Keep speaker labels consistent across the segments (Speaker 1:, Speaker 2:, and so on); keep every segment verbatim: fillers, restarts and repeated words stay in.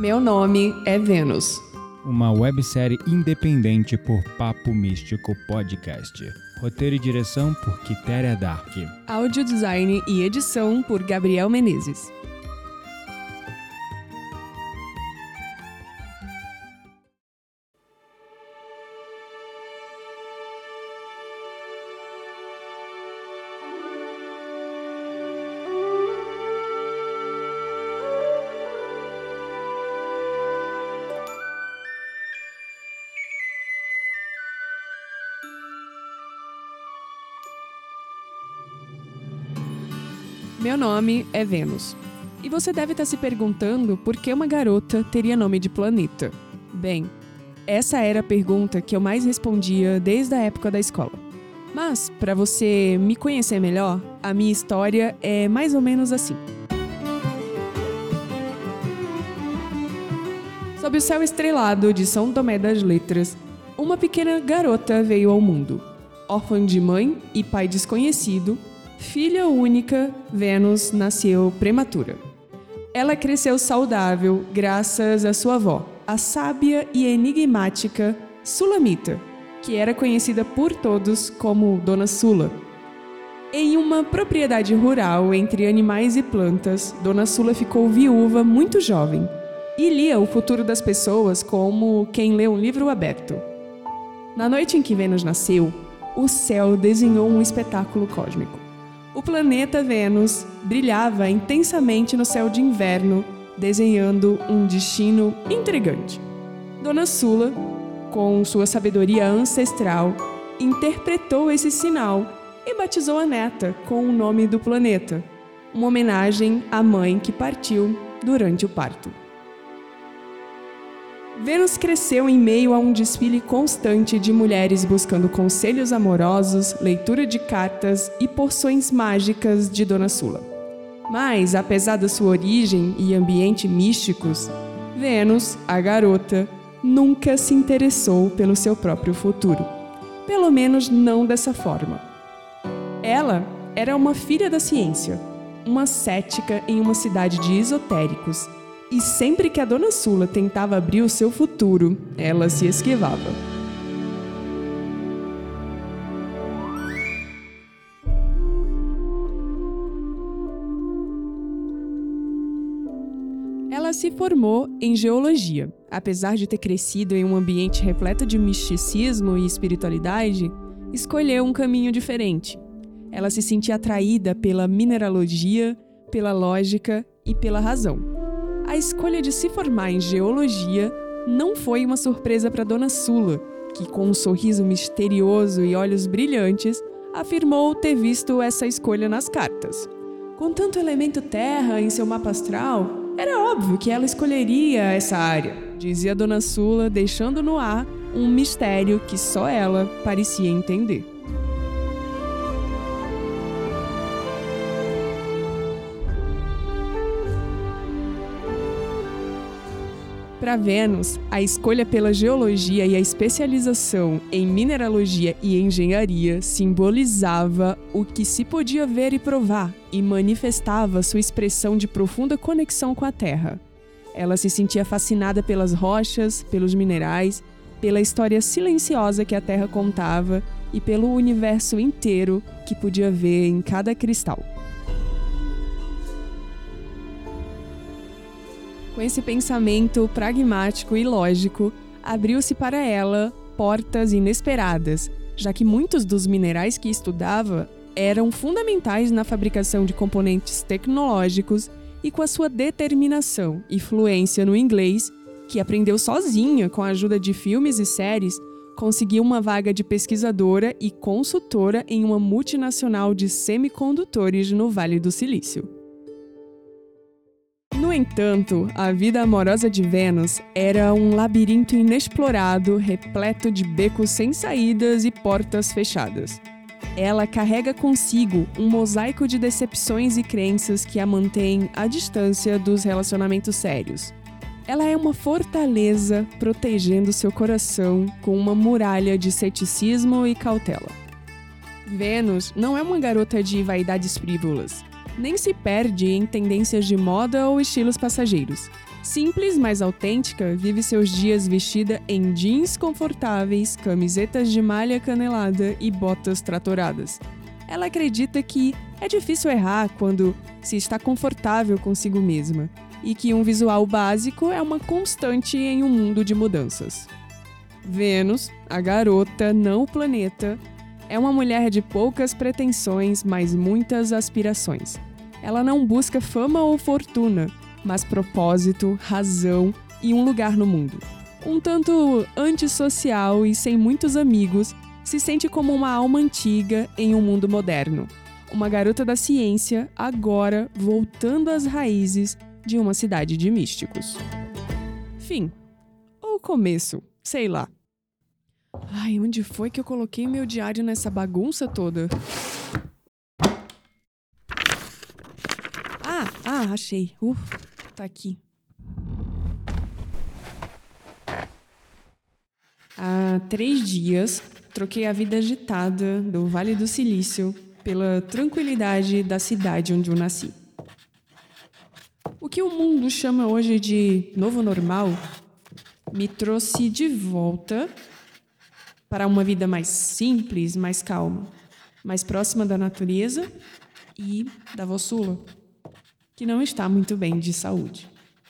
Speaker 1: Meu nome é Vênus.
Speaker 2: Uma websérie independente por Papo Místico Podcast. Roteiro e direção por Quitéria Dark.
Speaker 1: Áudio design e edição por Gabriel Menezes. Meu nome é Vênus. E você deve estar se perguntando por que uma garota teria nome de planeta. Bem, essa era a pergunta que eu mais respondia desde a época da escola. Mas, para você me conhecer melhor, a minha história é mais ou menos assim. Sob o céu estrelado de São Tomé das Letras, uma pequena garota veio ao mundo. Órfã de mãe e pai desconhecido, filha única, Vênus nasceu prematura. Ela cresceu saudável graças à sua avó, a sábia e enigmática Sulamita, que era conhecida por todos como Dona Sula. Em uma propriedade rural entre animais e plantas, Dona Sula ficou viúva muito jovem e lia o futuro das pessoas como quem lê um livro aberto. Na noite em que Vênus nasceu, o céu desenhou um espetáculo cósmico. O planeta Vênus brilhava intensamente no céu de inverno, desenhando um destino intrigante. Dona Sula, com sua sabedoria ancestral, interpretou esse sinal e batizou a neta com o nome do planeta, uma homenagem à mãe que partiu durante o parto. Vênus cresceu em meio a um desfile constante de mulheres buscando conselhos amorosos, leitura de cartas e porções mágicas de Dona Sula. Mas, apesar da sua origem e ambiente místicos, Vênus, a garota, nunca se interessou pelo seu próprio futuro. Pelo menos não dessa forma. Ela era uma filha da ciência, uma cética em uma cidade de esotéricos. E sempre que a Dona Sula tentava abrir o seu futuro, ela se esquivava. Ela se formou em geologia. Apesar de ter crescido em um ambiente repleto de misticismo e espiritualidade, escolheu um caminho diferente. Ela se sentia atraída pela mineralogia, pela lógica e pela razão. A escolha de se formar em geologia não foi uma surpresa para Dona Sula, que com um sorriso misterioso e olhos brilhantes, afirmou ter visto essa escolha nas cartas. Com tanto elemento terra em seu mapa astral, era óbvio que ela escolheria essa área, dizia Dona Sula, deixando no ar um mistério que só ela parecia entender. Para Vênus, a escolha pela geologia e a especialização em mineralogia e engenharia simbolizava o que se podia ver e provar e manifestava sua expressão de profunda conexão com a Terra. Ela se sentia fascinada pelas rochas, pelos minerais, pela história silenciosa que a Terra contava e pelo universo inteiro que podia ver em cada cristal. Com esse pensamento pragmático e lógico, abriu-se para ela portas inesperadas, já que muitos dos minerais que estudava eram fundamentais na fabricação de componentes tecnológicos e com a sua determinação e fluência no inglês, que aprendeu sozinha com a ajuda de filmes e séries, conseguiu uma vaga de pesquisadora e consultora em uma multinacional de semicondutores no Vale do Silício. No entanto, a vida amorosa de Vênus era um labirinto inexplorado, repleto de becos sem saídas e portas fechadas. Ela carrega consigo um mosaico de decepções e crenças que a mantém à distância dos relacionamentos sérios. Ela é uma fortaleza protegendo seu coração com uma muralha de ceticismo e cautela. Vênus não é uma garota de vaidades frívolas, nem se perde em tendências de moda ou estilos passageiros. Simples, mas autêntica, vive seus dias vestida em jeans confortáveis, camisetas de malha canelada e botas tratoradas. Ela acredita que é difícil errar quando se está confortável consigo mesma e que um visual básico é uma constante em um mundo de mudanças. Vênus, a garota, não o planeta, é uma mulher de poucas pretensões, mas muitas aspirações. Ela não busca fama ou fortuna, mas propósito, razão e um lugar no mundo. Um tanto antissocial e sem muitos amigos, se sente como uma alma antiga em um mundo moderno. Uma garota da ciência, agora voltando às raízes de uma cidade de místicos. Fim. Ou começo, sei lá. Ai, onde foi que eu coloquei meu diário nessa bagunça toda? Ah, ah, achei. Uh, tá aqui. Há três dias, troquei a vida agitada do Vale do Silício pela tranquilidade da cidade onde eu nasci. O que o mundo chama hoje de novo normal me trouxe de volta para uma vida mais simples, mais calma, mais próxima da natureza e da Vossula, que não está muito bem de saúde.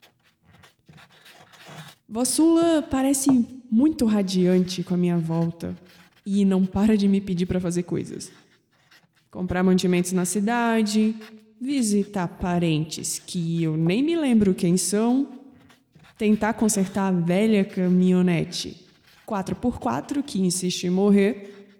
Speaker 1: Vossula parece muito radiante com a minha volta e não para de me pedir para fazer coisas. Comprar mantimentos na cidade, visitar parentes que eu nem me lembro quem são, tentar consertar a velha caminhonete quatro por quatro que insiste em morrer.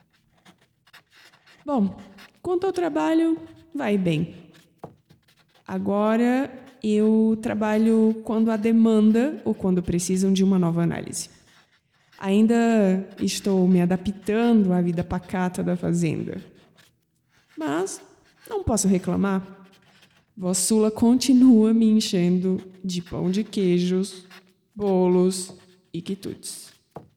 Speaker 1: Bom, quanto ao trabalho, vai bem. Agora eu trabalho quando há demanda ou quando precisam de uma nova análise. Ainda estou me adaptando à vida pacata da fazenda. Mas não posso reclamar. Vossula continua me enchendo de pão de queijos, bolos e quitutes.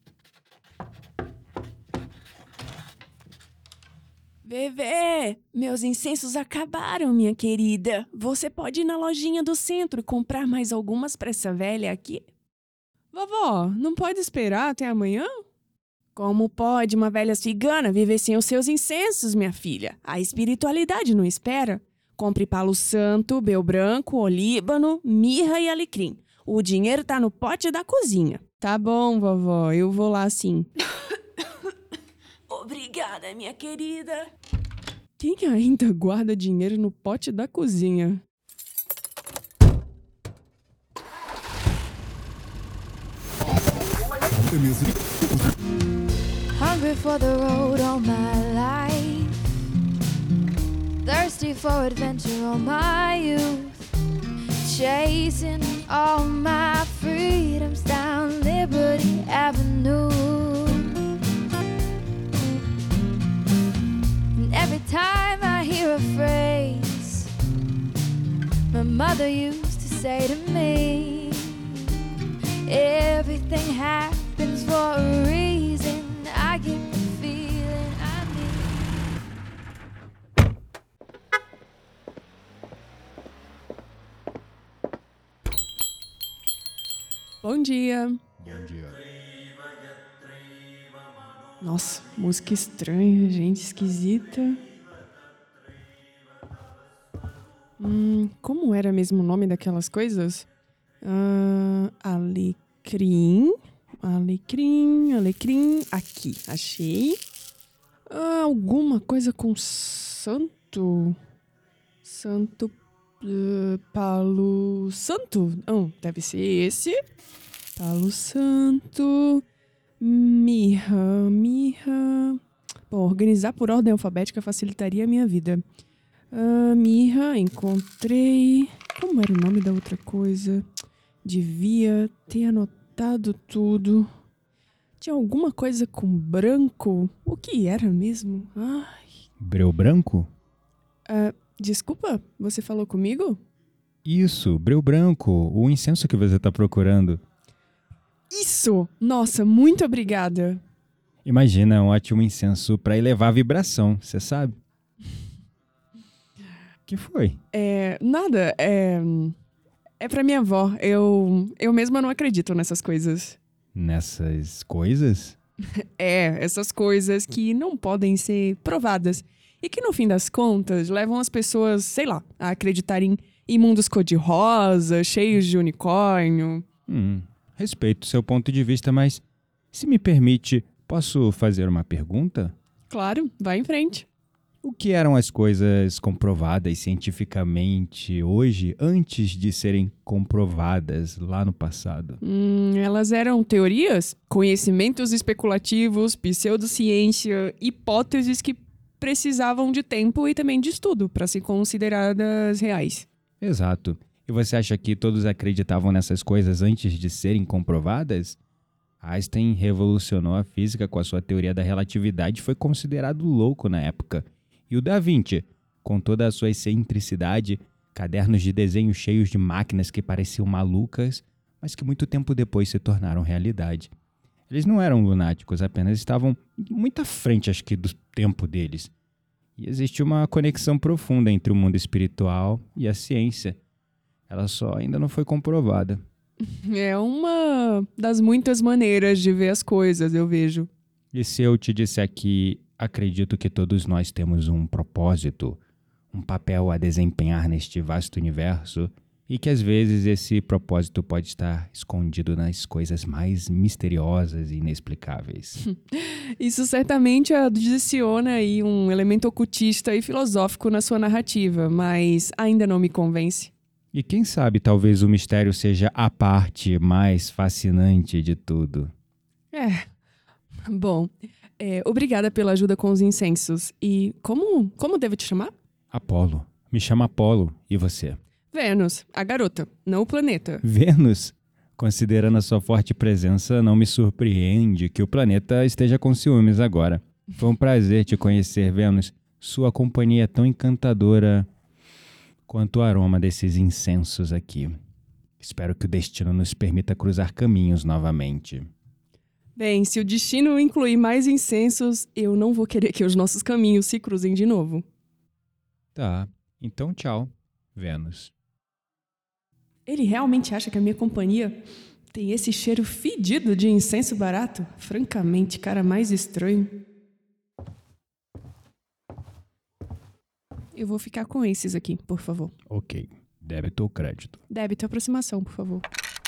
Speaker 3: Vevê, meus incensos acabaram, minha querida. Você pode ir na lojinha do centro e comprar mais algumas para essa velha aqui?
Speaker 1: Vovó, não pode esperar até amanhã?
Speaker 3: Como pode uma velha cigana viver sem os seus incensos, minha filha? A espiritualidade não espera. Compre palo santo, bel branco, olíbano, mirra e alecrim. O dinheiro tá no pote da cozinha.
Speaker 1: Tá bom, vovó, eu vou lá sim.
Speaker 3: Obrigada, minha querida.
Speaker 1: Quem ainda guarda dinheiro no pote da cozinha?
Speaker 4: Hungry for the road all my life, thirsty for adventure all my youth, chasing all my freedoms down Liberty Avenue. And every time I hear a phrase my mother used to say to me, everything happens for a reason, I get the feeling I need.
Speaker 1: Bom dia.
Speaker 2: Bom dia.
Speaker 1: Nossa, música estranha, gente esquisita. Hum, como era mesmo o nome daquelas coisas? Ah, alecrim, alecrim, alecrim, aqui, achei. Ah, alguma coisa com santo, santo, uh, palo santo, não, deve ser esse, palo santo, mirra, mirra, bom, organizar por ordem alfabética facilitaria a minha vida. Ah, mirra, encontrei, como era o nome da outra coisa? Devia ter anotado tudo. Tinha alguma coisa com branco? O que era mesmo? Ai.
Speaker 2: Breu branco?
Speaker 1: Uh, desculpa, você falou comigo?
Speaker 2: Isso, breu branco, o incenso que você está procurando.
Speaker 1: Isso! Nossa, muito obrigada.
Speaker 2: Imagina, é um ótimo incenso para elevar a vibração, você sabe? Que foi?
Speaker 1: É, nada, é... É pra minha avó. Eu, eu mesma não acredito nessas coisas.
Speaker 2: Nessas coisas?
Speaker 1: É, essas coisas que não podem ser provadas. E que, no fim das contas, levam as pessoas, sei lá, a acreditarem em mundos cor-de-rosa, cheios de unicórnio.
Speaker 2: Hum, respeito o seu ponto de vista, mas, se me permite, posso fazer uma pergunta?
Speaker 1: Claro, vai em frente.
Speaker 2: O que eram as coisas comprovadas cientificamente hoje, antes de serem comprovadas lá no passado?
Speaker 1: Hum, elas eram teorias, conhecimentos especulativos, pseudociência, hipóteses que precisavam de tempo e também de estudo para ser consideradas reais.
Speaker 2: Exato. E você acha que todos acreditavam nessas coisas antes de serem comprovadas? Einstein revolucionou a física com a sua teoria da relatividade e foi considerado louco na época. E o Da Vinci, com toda a sua excentricidade, cadernos de desenho cheios de máquinas que pareciam malucas, mas que muito tempo depois se tornaram realidade. Eles não eram lunáticos, apenas estavam muito à frente, acho que, do tempo deles. E existe uma conexão profunda entre o mundo espiritual e a ciência. Ela só ainda não foi comprovada.
Speaker 1: É uma das muitas maneiras de ver as coisas, eu vejo.
Speaker 2: E se eu te disser que acredito que todos nós temos um propósito, um papel a desempenhar neste vasto universo, e que às vezes esse propósito pode estar escondido nas coisas mais misteriosas e inexplicáveis.
Speaker 1: Isso certamente adiciona aí um elemento ocultista e filosófico na sua narrativa, mas ainda não me convence.
Speaker 2: E quem sabe talvez o mistério seja a parte mais fascinante de tudo.
Speaker 1: É, bom, é, obrigada pela ajuda com os incensos. E como, como devo te chamar?
Speaker 2: Apolo. Me chama Apolo. E você?
Speaker 1: Vênus, a garota, não o planeta.
Speaker 2: Vênus? Considerando a sua forte presença, não me surpreende que o planeta esteja com ciúmes agora. Foi um prazer te conhecer, Vênus. Sua companhia é tão encantadora quanto o aroma desses incensos aqui. Espero que o destino nos permita cruzar caminhos novamente.
Speaker 1: Bem, se o destino incluir mais incensos, eu não vou querer que os nossos caminhos se cruzem de novo.
Speaker 2: Tá, então tchau, Vênus.
Speaker 1: Ele realmente acha que a minha companhia tem esse cheiro fedido de incenso barato? Francamente, cara mais estranho. Eu vou ficar com esses aqui, por favor.
Speaker 2: Ok, débito ou crédito?
Speaker 1: Débito, aproximação, por favor.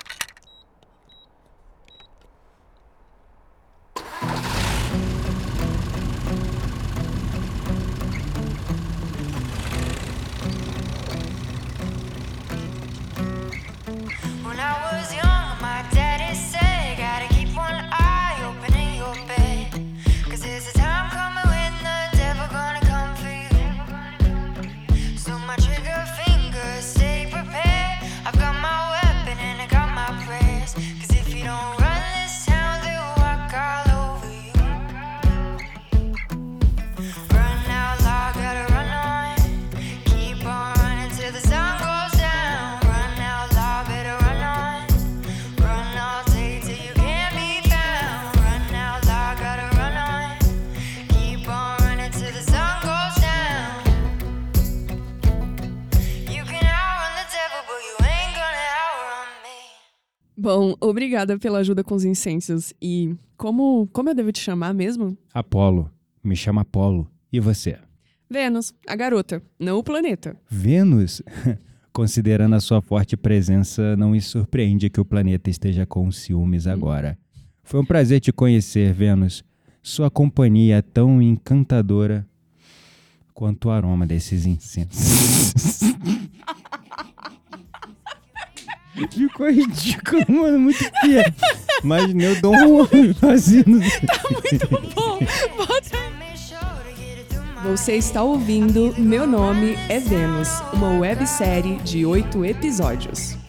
Speaker 4: When I was young, my daddy said, gotta keep one eye open in your bed. Cause there's a time coming when the devil gonna come for you. So my trigger finger, stay prepared. I've got my weapon and I got my prayers. Cause if you don't run this town, they'll walk all over you. Run out loud, gotta run on. Keep on running till the sun goes down. Run out loud, better run on. Run all day till you can't be found. Run out loud, gotta run on. Keep on running till the sun goes down. You can outrun the devil, but you ain't gonna outrun me.
Speaker 1: Bom, obrigada pela ajuda com os incensos. E como, como eu devo te chamar mesmo?
Speaker 2: Apolo. Me chama Apolo. E você?
Speaker 1: Vênus, a garota, não o planeta.
Speaker 2: Vênus? Considerando a sua forte presença, não me surpreende que o planeta esteja com ciúmes agora. Foi um prazer te conhecer, Vênus. Sua companhia é tão encantadora quanto o aroma desses incensos. Ficou ridículo, mano, muito pior. Mas eu dou um fazendo.
Speaker 1: Bom, bota... Você está ouvindo Meu Nome é Vênus, uma websérie de oito episódios.